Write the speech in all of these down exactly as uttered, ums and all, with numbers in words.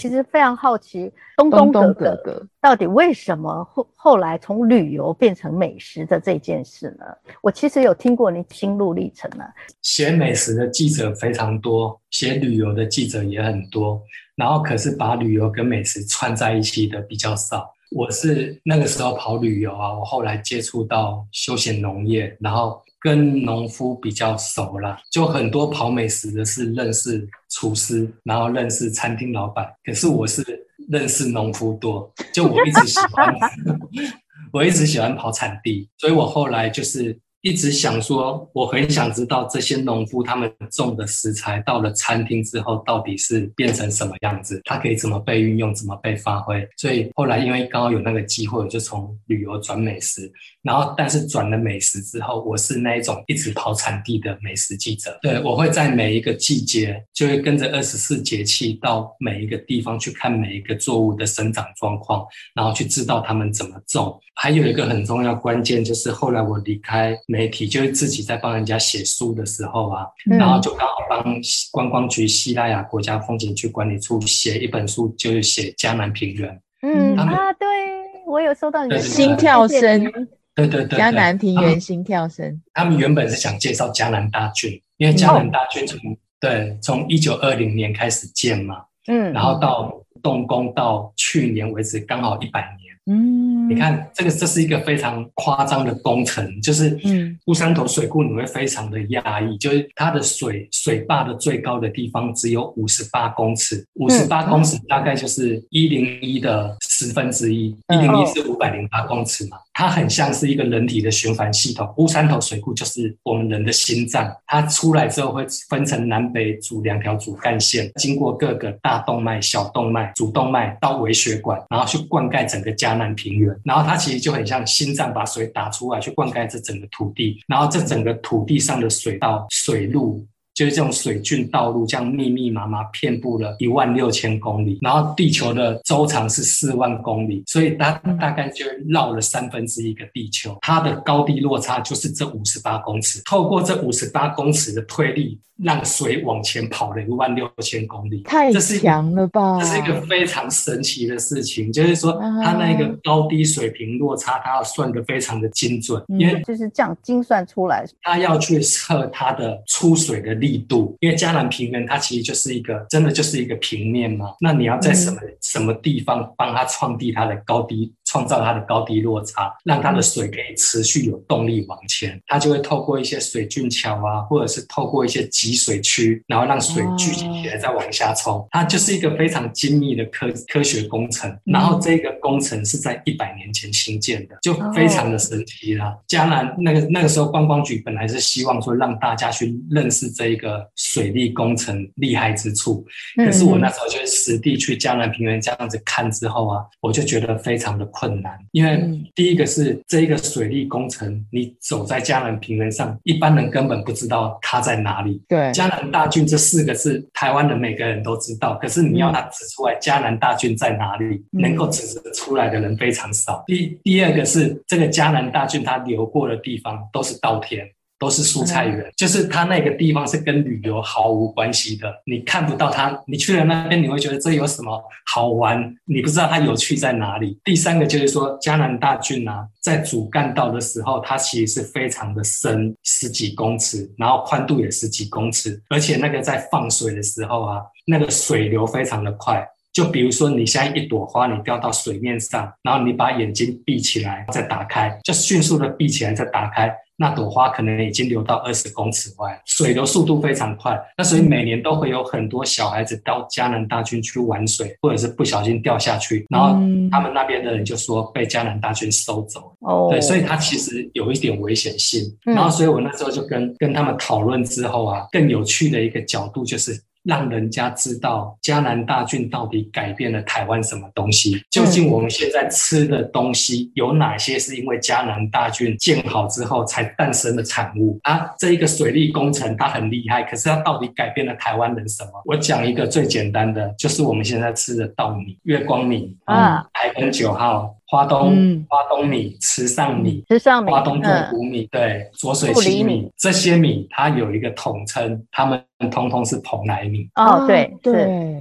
其实非常好奇东东哥哥到底为什么后后来从旅游变成美食的这件事呢？我其实有听过你心路历程啊。 写美食的记者非常多，写旅游的记者也很多，然后可是把旅游跟美食串在一起的比较少。我是那个时候跑旅游啊，我后来接触到休闲农业，然后跟农夫比较熟啦，就很多跑美食的是认识厨师，然后认识餐厅老板，可是我是认识农夫多，就我一直喜欢我一直喜欢跑产地，所以我后来就是一直想说，我很想知道这些农夫他们种的食材到了餐厅之后到底是变成什么样子，它可以怎么被运用，怎么被发挥。所以后来因为刚好有那个机会，我就从旅游转美食，然后但是转了美食之后，我是那一种一直跑产地的美食记者。对，我会在每一个季节就会跟着二十四节气到每一个地方去看每一个作物的生长状况，然后去知道他们怎么种。还有一个很重要关键就是后来我离开媒体，就是自己在帮人家写书的时候啊，嗯、然后就刚好帮观光局西拉雅国家风景区管理处写一本书，就是写嘉南平原。 嗯啊，对，我有收到你的心跳声， 对对 对, 对， 嘉南平原心跳声。 他们原本是想介绍嘉南大郡，因为嘉南大郡从、嗯、对从一九二零年开始建嘛，嗯，然后到动工到去年为止刚好一百年。嗯，你看这个，这是一个非常夸张的工程，就是乌山头水库你会非常的讶异，就是它的水水坝的最高的地方只有五十八公尺，五十八公尺大概就是一零一的十分之一，一零一是五百零八公尺嘛，它很像是一个人体的循环系统。乌山头水库就是我们人的心脏，它出来之后会分成南北主两条主干线，经过各个大动脉、小动脉、主动脉到微血管，然后去灌溉整个嘉南平原，然后它其实就很像心脏把水打出来去灌溉这整个土地，然后这整个土地上的水道、水路就是这种水圳道路，这样密密麻麻遍布了一万六千公里，然后地球的周长是四万公里，所以它大概就绕了三分之一个地球，它的高低落差就是这五十八公尺，透过这五十八公尺的推力，让水往前跑了一万六千公里， 太强了吧！ 这是一个非常神奇的事情，就是说它那个高低水平落差，它要算得非常的精准， 因为就是这样精算出来， 它要去测它的出水的力度，因为嘉南平原它其实就是一个真的就是一个平面嘛，那你要在什么、嗯、什么地方帮它创地它的高低，创造它的高低落差，让它的水可以持续有动力往前，它就会透过一些水圳桥啊，或者是透过一些集水区，然后让水聚集起来再往下冲，它就是一个非常精密的科科学工程。然后这个工程是在一百年前兴建的，就非常的神奇啦。嘉南那个那个时候观光局本来是希望说让大家去认识这一个水利工程厉害之处，可是我那时候就是实地去嘉南平原这样子看之后啊，我就觉得非常的困难，因为第一个是这一个水利工程，你走在嘉南平原上，一般人根本不知道它在哪里。 对， 嘉南大郡这四个字，台湾的每个人都知道，可是你要他指出来嘉南大郡在哪里，嗯、能够指出来的人非常少。第第二个是这个嘉南大郡，它流过的地方都是稻田。都是蔬菜园、嗯、就是它那个地方是跟旅游毫无关系的，你看不到它，你去了那边你会觉得这有什么好玩，你不知道它有趣在哪里。第三个就是说嘉南大郡啊，在主干道的时候它其实是非常的深，十几公尺，然后宽度也十几公尺，而且那个在放水的时候啊，那个水流非常的快，就比如说你现在一朵花你掉到水面上，然后你把眼睛闭起来再打开，就迅速的闭起来再打开，那朵花可能已经流到二十公尺外，水流速度非常快。那所以每年都会有很多小孩子到嘉南大郡去玩水，或者是不小心掉下去，然后他们那边的人就说被嘉南大郡收走、嗯、对，所以它其实有一点危险性、嗯、然后所以我那时候就跟跟他们讨论之后啊，更有趣的一个角度就是让人家知道嘉南大郡到底改变了台湾什么东西，究竟我们现在吃的东西有哪些是因为嘉南大郡建好之后才诞生的产物啊？这一个水利工程它很厉害，可是它到底改变了台湾人什么？我讲一个最简单的，就是我们现在吃的稻米、月光米啊、台根九号、花东、嗯、花东米、池上米、 池上米、 花东纵谷米、嗯、对，浊水溪米，这些米它有一个统称，它们通通是蓬莱米。 哦，对对对。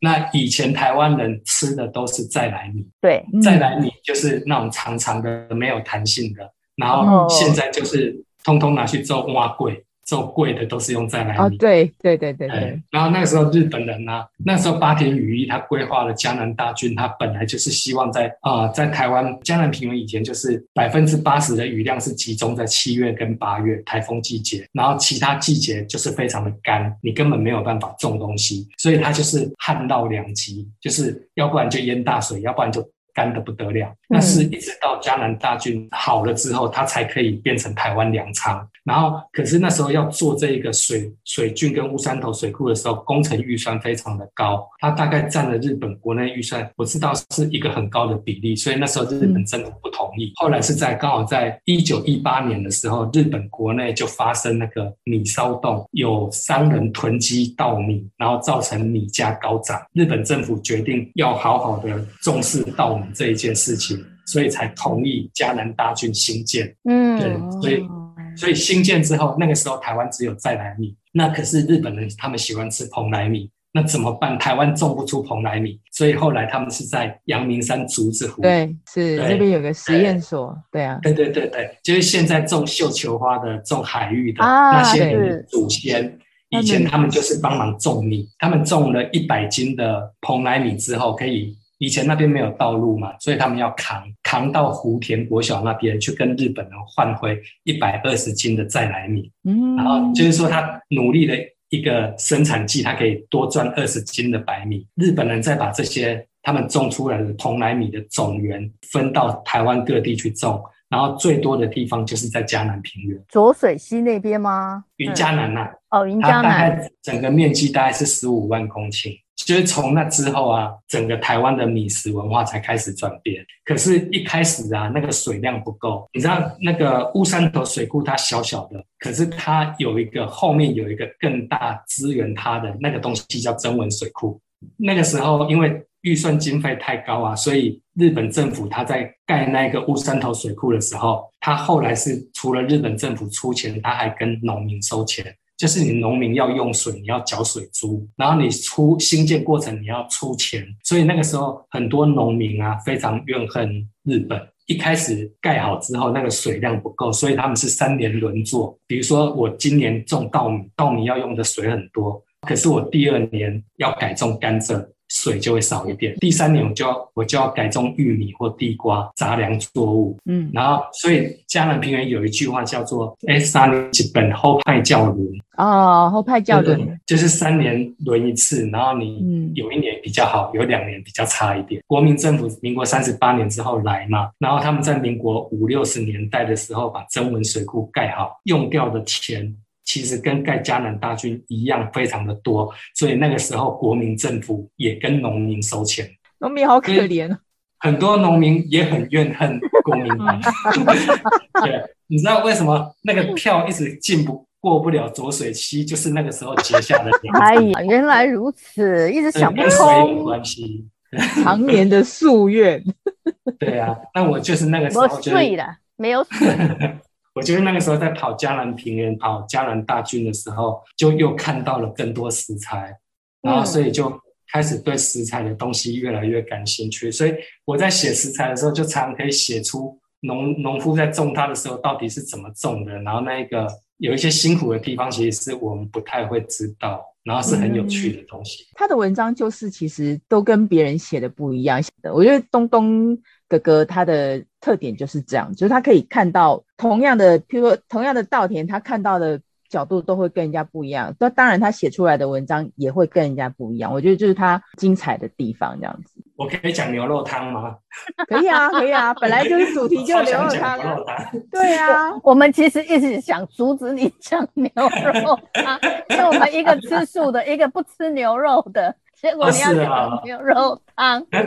那以前台湾人吃的都是再来米， 对， 再来米就是那种长长的没有弹性的，然后现在就是通通拿去做碗粿，做贵的都是用再来米。 哦，对对对对对。 对，然后那个时候日本人啊，那时候八田羽衣他规划了嘉南大郡，他本来就是希望在呃在台湾嘉南平原以前就是百分之八十的雨量是集中在七月跟八月台风季节，然后其他季节就是非常的干，你根本没有办法种东西，所以他就是旱涝两极，就是要不然就淹大水，要不然就干得不得了。那是一直到嘉南大郡好了之后，它才可以变成台湾粮仓。然后可是那时候要做这个水水郡跟乌山头水库的时候，工程预算非常的高，它大概占了日本国内预算，我知道是一个很高的比例，所以那时候日本政府不同意。后来是在刚好在一九一八年的时候，日本国内就发生那个米骚动，有商人囤积稻米，然后造成米价高涨。日本政府决定要好好的重视稻米这一件事情，所以才同意嘉南大郡兴建。嗯，对，所以所以兴建之后，那个时候台湾只有再来米，那可是日本人他们喜欢吃蓬莱米，那怎么办？台湾种不出蓬莱米，所以后来他们是在阳明山竹子湖， 对，是那边有个实验所，对啊， 对对对对，就是现在种绣球花的、种海芋的、啊、那些人的祖先。以前他们就是帮忙种米，他们种了一百斤的蓬莱米之后，可以以前那边没有道路嘛，所以他们要扛扛到湖田国小那边去跟日本人换回一百二十斤的再来米，嗯，然后就是说他努力的一个生产季，他可以多赚二十斤的白米。日本人再把这些他们种出来的蓬莱米的种源分到台湾各地去种。然后最多的地方就是在嘉南平原， 浊水溪那边吗？ 云嘉南呐、啊嗯， 哦，云嘉南，它大概整个面积大概是十五万公顷。就是从那之后啊，整个台湾的米食文化才开始转变。可是，一开始啊，那个水量不够。你知道那个乌山头水库它小小的，可是它有一个后面有一个更大支援它的那个东西叫曾文水库。那个时候因为预算经费太高啊，所以日本政府他在盖那个乌山头水库的时候，他后来是除了日本政府出钱，他还跟农民收钱，就是你农民要用水，你要缴水租，然后你出兴建过程你要出钱，所以那个时候很多农民啊非常怨恨日本。一开始盖好之后，那个水量不够，所以他们是三年轮作。比如说我今年种稻米，稻米要用的水很多，可是我第二年要改种甘蔗，水就会少一点。第三年我就要我就要改种玉米或地瓜杂粮作物。嗯，然后所以嘉南平原有一句话叫做“哎，三年一本后派教轮”。 哦，后派教轮就是三年轮一次，然后你有一年比较好，有两年比较差一点。国民政府民国三十八年之后来嘛，然后他们在民国五六十年代的时候把曾文水库盖好，用掉的钱其实跟盖嘉南大郡一样非常的多，所以那个时候国民政府也跟农民收钱。 农民好可怜哦， 很多农民也很怨恨国民党。对，你知道为什么那个票一直进不过不了浊水溪，就是那个时候结下的梁子。 哎呀，原来如此，一直想不通。 跟水有关系， 常年的夙愿。 对啊，那我就是那个时候我睡了，没有水。 我觉得那个时候在跑嘉南平原、跑嘉南大郡的时候，就又看到了更多食材，然后所以就开始对食材的东西越来越感兴趣。所以我在写食材的时候，就常常可以写出农农夫在种它的时候到底是怎么种的，然后那一个有一些辛苦的地方，其实是我们不太会知道，然后是很有趣的东西。 嗯、他的文章就是其实都跟别人写的不一样。我觉得东东哥哥他的特点就是这样，就是他可以看到同样的，譬如说同样的稻田，他看到的角度都会跟人家不一样。当然他写出来的文章也会跟人家不一样，我觉得就是他精彩的地方这样子。 我可以讲牛肉汤吗？ 可以啊，可以啊，本来就是主题就牛肉汤、啊。对啊， 我们其实一直想阻止你讲牛肉汤，因为我们一个吃素的，一个不吃牛肉的，结果你要讲牛肉汤。 啊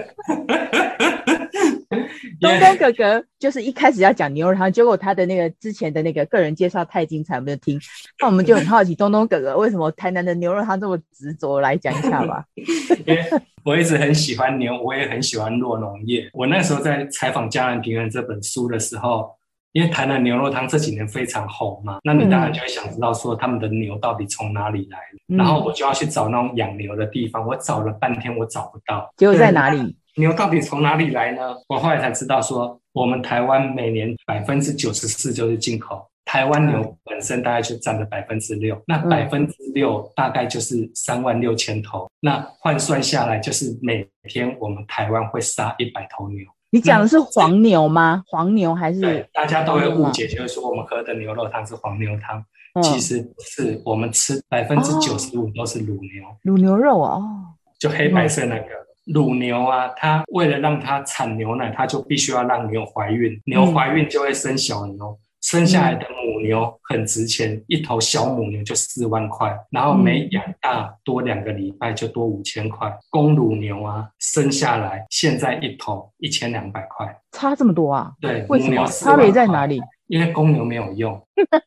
东东哥哥就是一开始要講牛肉湯，結果他的那個之前的那個個人介紹太精彩，我們就聽。那我們就很好奇，東東哥哥為什麼台南的牛肉湯這麼執着？來講一下吧。 因為我一直很喜歡牛，我也很喜歡酪農業。我那時候在採訪嘉南平原這本書的時候， 因为台南牛肉汤这几年非常红嘛，那你当然就会想知道说他们的牛到底从哪里来，嗯、然后我就要去找那种养牛的地方，我找了半天我找不到， 结果在哪里？ 牛到底从哪里来呢？我后来才知道说，我们台湾每年百分之九十四就是进口，台湾牛本身大概就占了百分之六，那百分之六大概就是三万六千头，那换算下来就是每天我们台湾会杀一百头牛。 你讲的是黄牛吗？黄牛还是？ 对，大家都会误解，就是说我们喝的牛肉汤是黄牛汤，嗯、其实不是，我们吃百分之九十五都是乳牛， 乳牛肉哦， 就黑白色那个。嗯乳牛啊，它为了让它产牛奶，它就必须要让牛怀孕，牛怀孕就会生小牛，嗯、生下来的母牛很值钱，一头小母牛就四万块，然后每养大多两个礼拜就多五千块。公乳牛啊，生下来现在一头一千两百块， 差这么多啊？ 对， 为什么？差别在哪里？ 因为公牛没有用。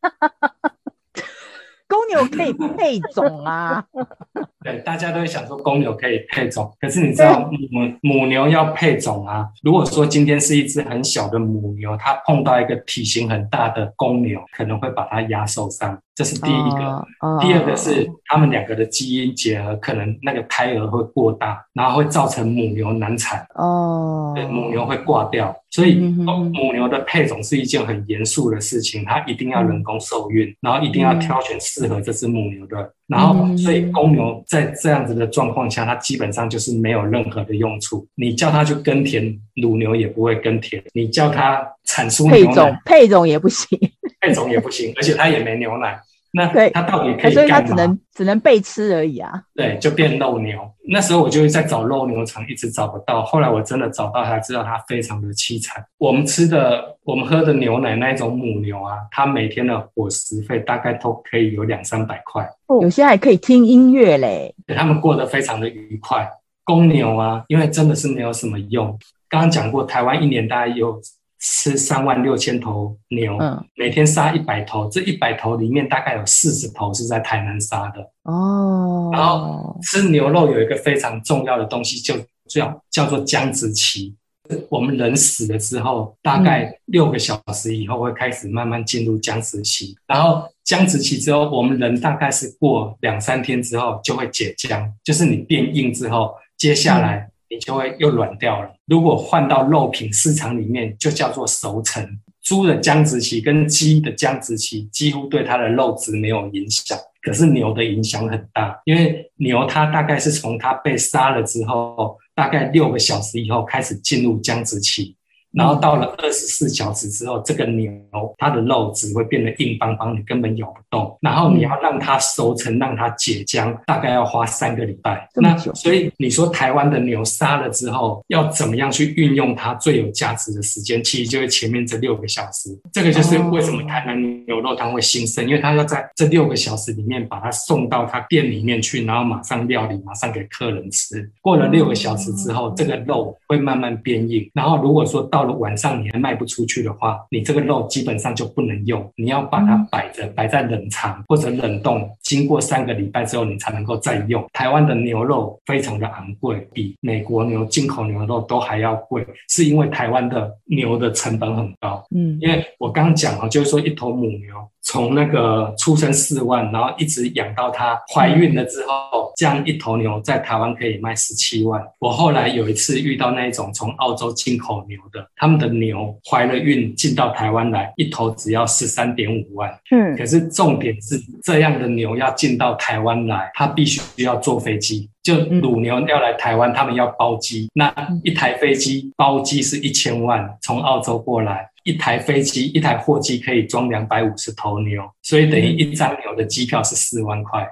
公牛可以配种啊。 对，大家都会想说公牛可以配种，可是你知道母母牛要配种啊，如果说今天是一只很小的母牛，它碰到一个体型很大的公牛，可能会把它压受伤，这是第一个。哦哦、第二个是他们两个的基因结合，可能那个胎儿会过大，然后会造成母牛难产。哦，对，母牛会挂掉。所以、嗯哦、母牛的配种是一件很严肃的事情，它一定要人工受孕，嗯、然后一定要挑选适合这只母牛的。然后，所以公牛在这样子的状况下，它基本上就是没有任何的用处。你叫它去耕田，乳牛也不会耕田；你叫它产出牛奶， 配种配种也不行， 配种也不行，而且它也没牛奶。那它到底可以干嘛？ 所以它只能只能被吃而已啊。 对，就变肉牛。那时候我就在找肉牛场，一直找不到。后来我真的找到，才知道它非常的凄惨。我们吃的、我们喝的牛奶那一种母牛啊，它每天的伙食费大概都可以有两三百块， 有些还可以听音乐嘞。 对，他们过得非常的愉快。公牛啊，因为真的是没有什么用。刚刚讲过，台湾一年大概有吃三万六千头牛，嗯、每天杀一百头，这一百头里面大概有四十头是在台南杀的。哦，然后吃牛肉有一个非常重要的东西，就叫叫做僵直期。我们人死了之后，大概六个小时以后会开始慢慢进入僵直期，然后僵直期之后，我们人大概是过两三天之后就会解僵，就是你变硬之后，接下来你就会又软掉了。如果换到肉品市场里面，就叫做熟成。猪的僵直期跟鸡的僵直期几乎对它的肉质没有影响，可是牛的影响很大，因为牛它大概是从它被杀了之后，大概六个小时以后开始进入僵直期，然后到了二十四小时之后，这个牛它的肉质会变得硬邦邦，你根本咬不动。然后你要让它熟成，让它解浆，大概要花三个礼拜。那所以你说台湾的牛杀了之后，要怎么样去运用它最有价值的时间？其实就是前面这六个小时。这个就是为什么台南牛肉汤会兴盛，因为它要在这六个小时里面把它送到它店里面去，然后马上料理，马上给客人吃。过了六个小时之后，这个肉会慢慢变硬。然后如果说到到了晚上你还卖不出去的话，你这个肉基本上就不能用，你要把它摆着，摆在冷藏或者冷冻，经过三个礼拜之后你才能够再用。台湾的牛肉非常的昂贵，比美国牛进口牛肉都还要贵，是因为台湾的牛的成本很高。嗯，因为我刚刚讲啊，就是说一头母牛从那个出生四万，然后一直养到它怀孕了之后，这样一头牛在台湾可以卖十七万。我后来有一次遇到那一种从澳洲进口牛的，他们的牛怀了孕进到台湾来，一头只要 十三点五万。嗯，可是重点是这样的牛要进到台湾来，它必须要坐飞机。就乳牛要来台湾，他们要包机，那一台飞机包机是一千万，从澳洲过来，一台飞机一台货机可以装两百五十头牛，所以等于一张牛的机票是四万块。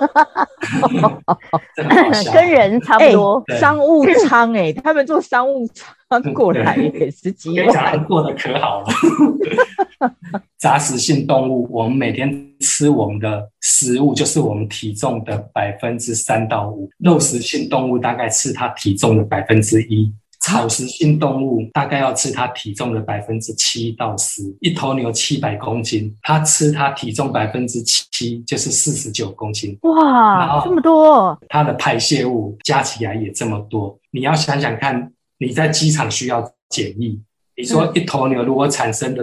跟人差不多。 欸、商务舱哎、欸，他们坐商务舱过来也十几万， 他们过得可好了。杂食性动物，我们每天吃我们的食物就是我们体重的百分之三到五，肉食性动物大概吃它体重的百分之一。草食性动物大概要吃它体重的百分之七到十，一头牛七百公斤，它吃它体重百分之七就是四十九公斤。 哇，这么多！ 它的排泄物加起来也这么多。你要想想看，你在机场需要检疫，你说一头牛如果产生的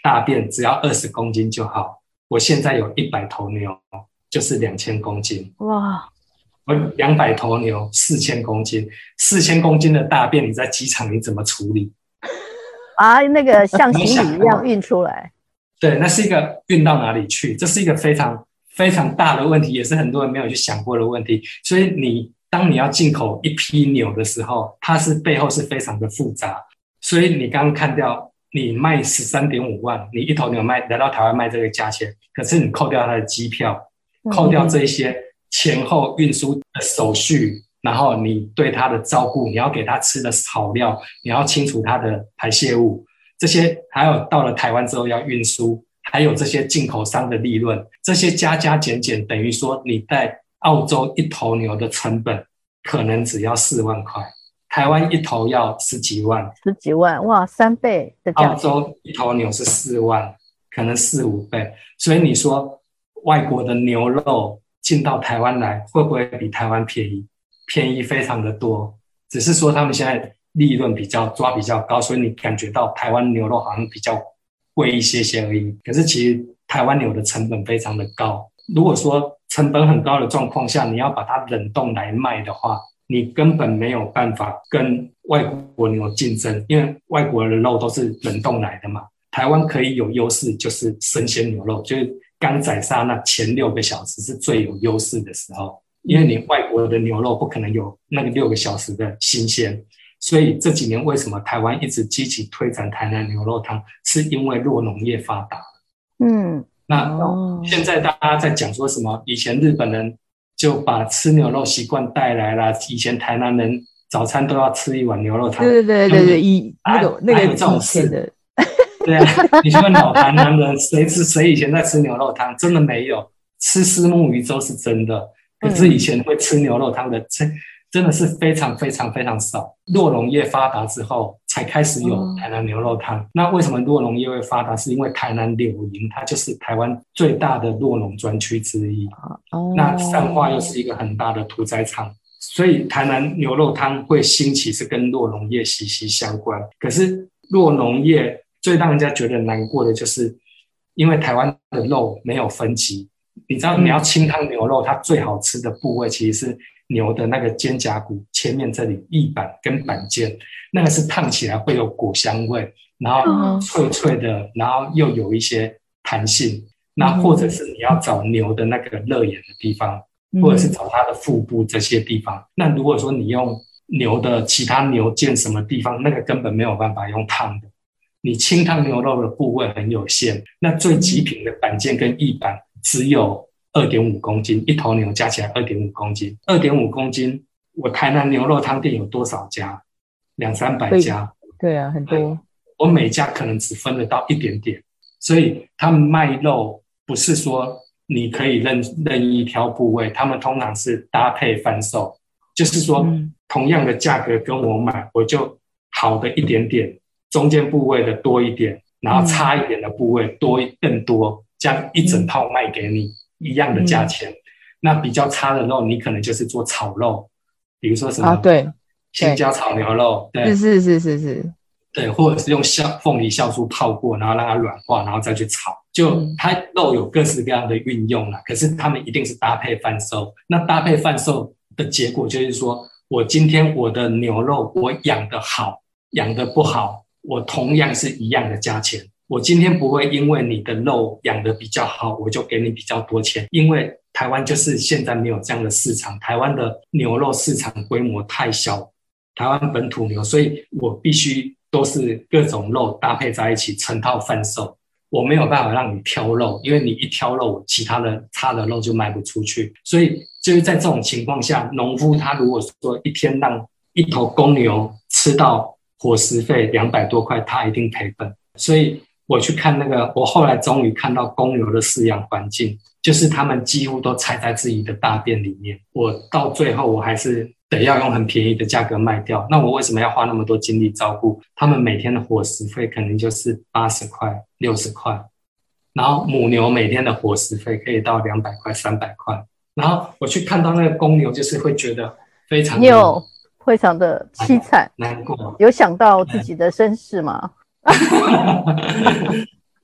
大便只要二十公斤就好，我现在有一百头牛，就是两千公斤。 哇！ 我两百头牛，四千公斤，四千公斤的大便，你在机场你怎么处理？ 啊，那个像行李一样运出来。 对，那是一个运到哪里去？这是一个非常非常大的问题，也是很多人没有去想过的问题。所以你当你要进口一批牛的时候，它是背后是非常的复杂。所以你刚刚看到你卖十三点五万，你一头牛卖来到台湾卖这个价钱，可是你扣掉它的机票，扣掉这一些前后运输的手续，然后你对它的照顾，你要给它吃的好料，你要清除它的排泄物，这些还有到了台湾之后要运输，还有这些进口商的利润，这些加加减减，等于说你在澳洲一头牛的成本可能只要四万块，台湾一头要十几万， 十几万，哇，三倍的价钱。 澳洲一头牛是四万，可能四五倍。所以你说外国的牛肉进到台湾来，会不会比台湾便宜？便宜非常的多，只是说他们现在利润比较抓比较高，所以你感觉到台湾牛肉好像比较贵一些些而已。可是其实台湾牛的成本非常的高，如果说成本很高的状况下，你要把它冷冻来卖的话，你根本没有办法跟外国牛竞争，因为外国的肉都是冷冻来的嘛。台湾可以有优势，就是生鲜牛肉，就是刚宰杀那前六个小时是最有优势的时候，因为你外国的牛肉不可能有那个六个小时的新鲜。所以这几年为什么台湾一直积极推展台南牛肉汤，是因为酪农业发达。 嗯， 那现在大家在讲说什么？以前日本人就把吃牛肉习惯带来了，以前台南人早餐都要吃一碗牛肉汤。 对对对对对，以那个那个有这种事的。 对啊，你去问老台南人，谁吃谁以前在吃牛肉汤？真的没有。吃虱目鱼粥是真的，可是以前会吃牛肉汤的，真真的是非常非常非常少。酪农业发达之后，才开始有台南牛肉汤。嗯、那为什么酪农业会发达？是因为台南柳营，它就是台湾最大的酪农专区之一。哦、那彰化又是一个很大的屠宰场，所以台南牛肉汤会兴起，是跟酪农业息息相关。可是酪农业最让人家觉得难过的就是，因为台湾的肉没有分级。你知道你要清汤牛肉，它最好吃的部位其实是牛的那个肩胛骨前面这里翼板跟板腱，那个是烫起来会有果香味，然后脆脆的，然后又有一些弹性。那或者是你要找牛的那个肋眼的地方，或者是找它的腹部这些地方。那如果说你用牛的其他牛腱什么地方，那个根本没有办法用烫的。你清汤牛肉的部位很有限，那最极品的板腱跟翼板只有 二点五公斤，一头牛加起来 二点五公斤。二点五公斤，我台南牛肉汤店有多少家？两三百家。 对啊，很多。 我每家可能只分得到一点点，所以他们卖肉不是说你可以任任意挑部位，他们通常是搭配贩售，就是说、嗯、同样的价格跟我买，我就好的一点点，中间部位的多一点，然后差一点的部位多更多，这样一整套卖给你、嗯、一样的价钱、嗯。那比较差的肉，你可能就是做炒肉，比如说什么啊，对，青椒炒牛肉，对， 是是是是， 对，或者是用酵凤梨酵素泡过，然后让它软化，然后再去炒。就它肉有各式各样的运用啦，可是他们一定是搭配贩售。那搭配贩售的结果就是说，我今天我的牛肉我养得好，养得不好，我同样是一样的价钱。我今天不会因为你的肉养得比较好，我就给你比较多钱，因为台湾就是现在没有这样的市场，台湾的牛肉市场规模太小，台湾本土牛，所以我必须都是各种肉搭配在一起成套贩售。我没有办法让你挑肉，因为你一挑肉，其他的差的肉就卖不出去。所以就是在这种情况下，农夫他如果说一天让一头公牛吃到伙食费两百多块，他一定赔本。所以我去看那个，我后来终于看到公牛的饲养环境，就是他们几乎都踩在自己的大便里面。我到最后我还是得要用很便宜的价格卖掉。那我为什么要花那么多精力照顾他们？每天的伙食费可能就是八十块、六十块，然后母牛每天的伙食费可以到两百块、三百块。然后我去看到那个公牛，就是会觉得非常的有非常的凄惨、 难过。 有想到自己的身世吗？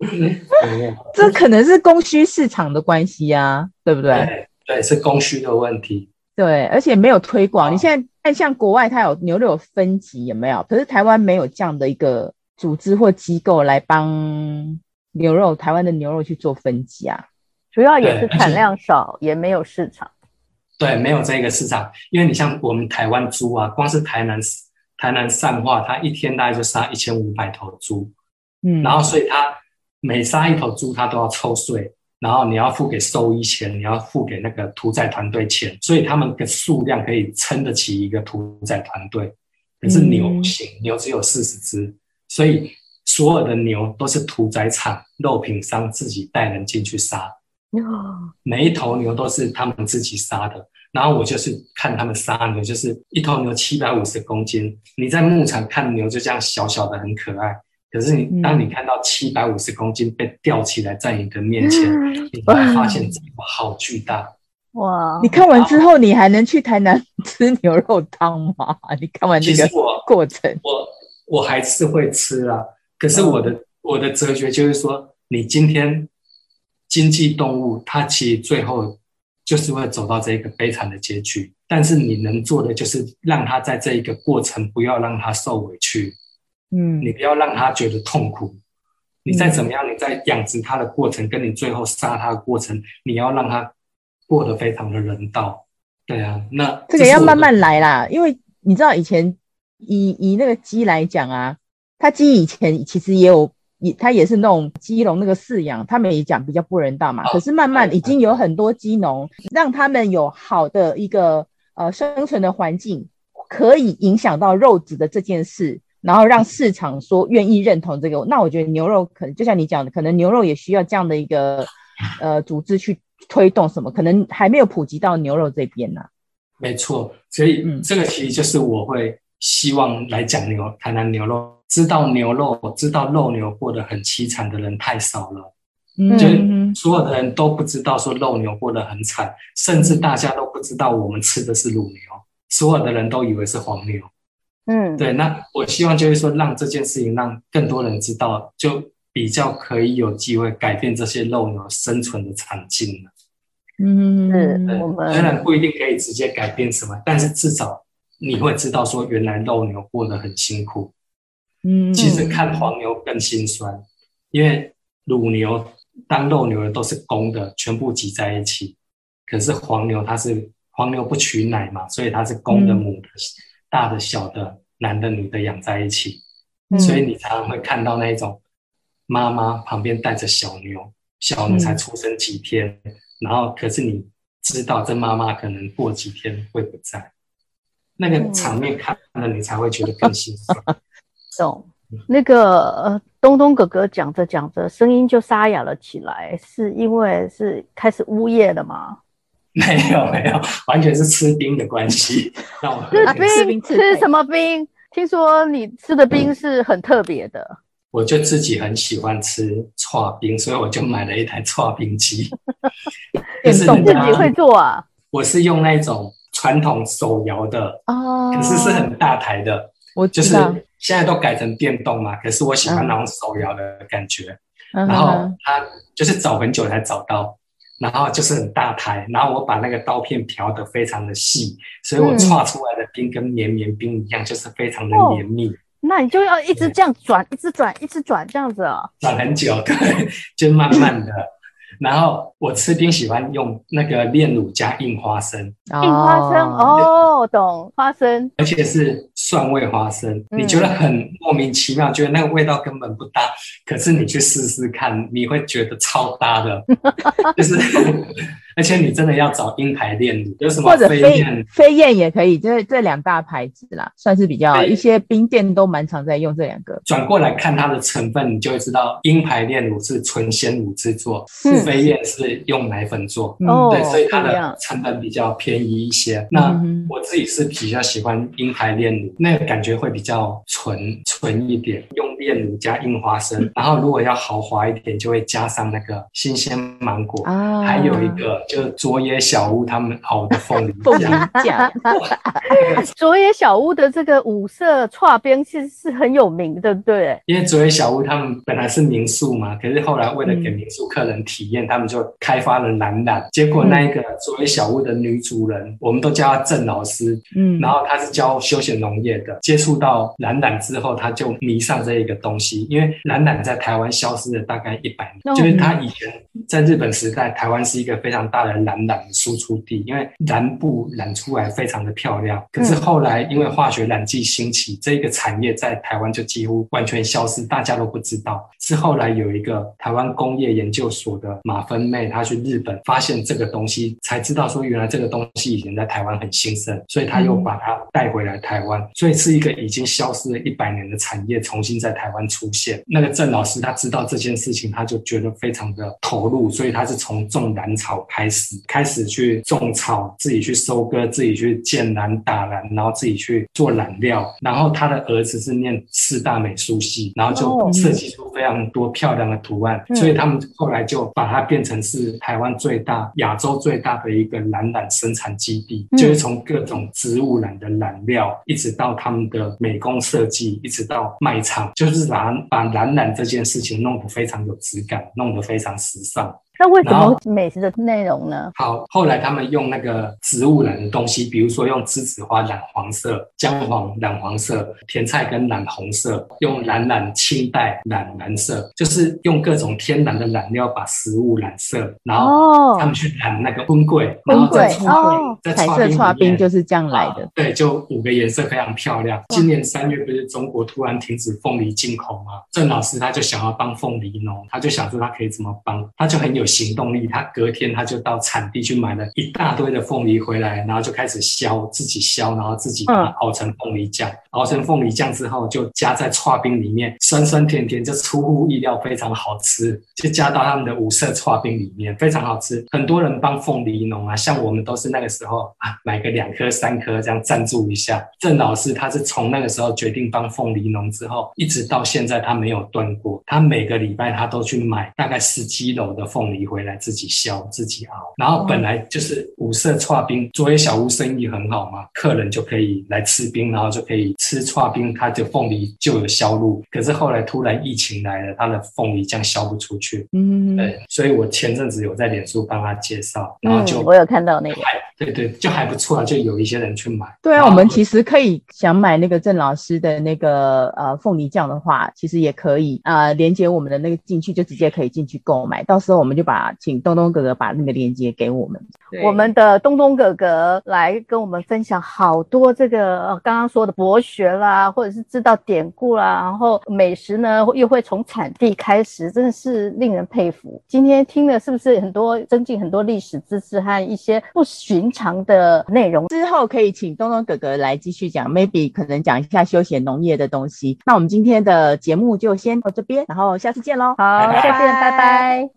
这可能是供需市场的关系啊，对不对？ 对对，是供需的问题。 对，而且没有推广。你现在看像国外，它有牛肉有分级，有没有？可是台湾没有这样的一个组织或机构来帮牛肉，台湾的牛肉去做分级啊。 主要也是产量少，也没有市场。 对，没有这个市场，因为你像我们台湾猪啊，光是台南台南善化，它一天大概就杀一千五百头猪，嗯，然后所以它每杀一头猪，它都要抽税，然后你要付给兽医钱，你要付给那个屠宰团队钱，所以他们的数量可以撑得起一个屠宰团队。可是牛不行，嗯、牛只有四十只，所以所有的牛都是屠宰场肉品商自己带人进去杀。每一头牛都是他们自己杀的，然后我就是看他们杀牛，就是一头牛七百五十公斤，你在牧场看牛就这样小小的很可爱，可是你当你看到七百五十公斤被吊起来在你的面前，嗯、你会发现这个好巨大。 哇！你看完之后，你还能去台南吃牛肉汤吗？你看完这个过程， 我我我还是会吃啊。可是我的、嗯、我的哲学就是说，你今天经济动物，它其实最后就是会走到这个悲惨的结局。但是你能做的就是让它在这一个过程不要让它受委屈，嗯，你不要让它觉得痛苦。你再怎么样，你在养殖它的过程，跟你最后杀它的过程，你要让它过得非常的人道。对啊，那这个要慢慢来啦，因为你知道以前以以那个鸡来讲啊，它鸡以前其实也有。它也是那种鸡笼那个饲养，他们也讲比较不人道嘛。可是慢慢已经有很多鸡农让他们有好的一个呃生存的环境，可以影响到肉质的这件事，然后让市场说愿意认同这个。那我觉得牛肉可能就像你讲的，可能牛肉也需要这样的一个呃组织去推动什么，可能还没有普及到牛肉这边呢、啊。 没错，所以这个其实就是我会希望来讲牛台南牛肉。知道牛肉知道肉牛过得很凄惨的人太少了，嗯，就所有的人都不知道说肉牛过得很惨，甚至大家都不知道我们吃的是乳牛，所有的人都以为是黄牛。嗯，对，那我希望就是说让这件事情让更多人知道，就比较可以有机会改变这些肉牛生存的场景了。 嗯， 对，虽然不一定可以直接改变什么，但是至少你会知道说原来肉牛过得很辛苦。嗯，其实看黄牛更心酸，因为乳牛当肉牛的都是公的，全部挤在一起。可是黄牛它是黄牛不取奶嘛，所以它是公的、母的、嗯、大的、小的、男的、女的养在一起。嗯、所以你常常会看到那种妈妈旁边带着小牛，小牛才出生几天，嗯、然后可是你知道这妈妈可能过几天会不在，那个场面看了你才会觉得更心酸。 懂，那个呃，东东哥哥讲着讲着，声音就沙哑了起来，是因为是开始呜咽了吗？ 没有没有，完全是吃冰的关系。让我吃冰吃什么冰？听说你吃的冰是很特别的。 我就自己很喜欢吃剉冰，所以我就买了一台剉冰机。 你自己会做啊？ 我是用那种传统手摇的，哦，可是是很大台的。 我就是现在都改成电动嘛，可是我喜欢那种手摇的感觉，嗯、然后它就是找很久才找到，然后就是很大台，然后我把那个刀片调得非常的细，所以我剉出来的冰跟绵绵冰一样，就是非常的绵密。哦， 那你就要一直这样转，一直转，一直转这样子啊、哦？ 转很久，对，就慢慢的。然后我吃冰喜欢用那个炼乳加硬花生， 硬花生哦，懂花生， 而且是蒜味花生，嗯、你觉得很莫名其妙，觉得那个味道根本不搭，可是你去试试看，你会觉得超搭的，就是而且你真的要找鹰牌炼乳，有什么或者飞燕飞燕也可以，这这两大牌子啦，算是比较一些冰店都蛮常在用这两个。 转过来看它的成分，你就会知道鹰牌炼乳是纯鲜乳制作， 嗯、 飞燕是用奶粉做，嗯、对，所以它的成本比较便宜一些。嗯、那我自己是比较喜欢鹰牌炼乳，那个感觉会比较纯纯一点，用炼乳加印花生，然后如果要豪华一点，就会加上那个新鲜芒果，啊、还有一个就是佐野小屋他们熬的凤梨凤梨酱。 佐野小屋的这个五色剉冰其实是很有名的，对不对？ 因为佐野小屋他们本来是民宿嘛，可是后来为了给民宿客人体验，嗯、他们就开发了蓝染。结果那一个佐野小屋的女主人，我们都叫她郑老师，嗯，然后她是教休闲农业的，接触到蓝染之后，她就迷上这一个东西。因为蓝染在台湾消失了大概一百年，哦、就是她以前在日本时代，台湾是一个非常大的蓝染的输出地，因为蓝布染出来非常的漂亮。可是后来因为化学染剂兴起，这个产业在台湾就几乎完全消失，大家都不知道。是后来有一个台湾工业研究所的马芬妹，她去日本发现这个东西，才知道说原来这个东西以前在台湾很兴盛，所以她又把它带回来台湾，所以是一个已经消失了一百年的产业重新在台湾出现。那个郑老师他知道这件事情，他就觉得非常的投入，所以他是从种蓝草开始，开始去种草，自己去收割，自己去建蓝打蓝，然后自己去做染料。然后他的儿子是念四大美术系，然后就设计出非常多漂亮的图案，哦、所以他们后来就把它变成是台湾最大、亚洲最大的一个蓝染生产基地，嗯、就是从各种植物染的染料，一直到他们的美工设计，一直到卖场，就是把把蓝染这件事情弄得非常有质感，弄得非常时尚。 那为什么美食的内容呢？ 好，后来他们用那个植物染的东西，比如说用栀子花染黄色，姜黄染黄色，甜菜根染红色，用蓝染青带染蓝色，就是用各种天然的染料把食物染色，然后他们去染那个荤桂，然后再哦， 在彩色剉冰就是这样来的。 啊、对，就五个颜色非常漂亮。今年三月不是中国突然停止凤梨进口吗？郑老师他就想要帮凤梨农，他就想说他可以怎么帮，他就很有行动力，他隔天他就到产地去买了一大堆的凤梨回来，然后就开始削，自己削，然后自己把它熬成凤梨酱，嗯、熬成凤梨酱之后就加在剉冰里面，酸酸甜甜，就出乎意料非常好吃，就加到他们的五色剉冰里面，非常好吃。很多人帮凤梨农啊，像我们都是那个时候啊，买个两颗三颗这样赞助一下。郑老师他是从那个时候决定帮凤梨农之后，一直到现在他没有断过，他每个礼拜他都去买大概十几篓的凤梨回来自己削自己熬，然后本来就是五色剉冰，佐野小屋生意很好嘛，客人就可以来吃冰，然后就可以吃剉冰，他的凤梨就有销路。可是后来突然疫情来了，他的凤梨酱销不出去，嗯，对，所以我前阵子有在脸书帮他介绍，然后就、 嗯、我有看到那个， 对对，就还不错啊，就有一些人去买。 对啊，我们其实可以想买那个郑老师的那个呃凤梨酱的话，其实也可以呃连接我们的那个进去，就直接可以进去购买。到时候我们就把请东东哥哥把那个链接给我们。 我们的东东哥哥来跟我们分享好多这个呃刚刚说的博学啦，或者是知道典故啦，然后美食呢又会从产地开始，真的是令人佩服。今天听了是不是很多增进很多历史知识和一些不寻常的内容？ 之后可以请东东哥哥来继续讲 maybe 可能讲一下休闲农业的东西。那我们今天的节目就先到这边，然后下次见咯。 好，下次见，拜拜。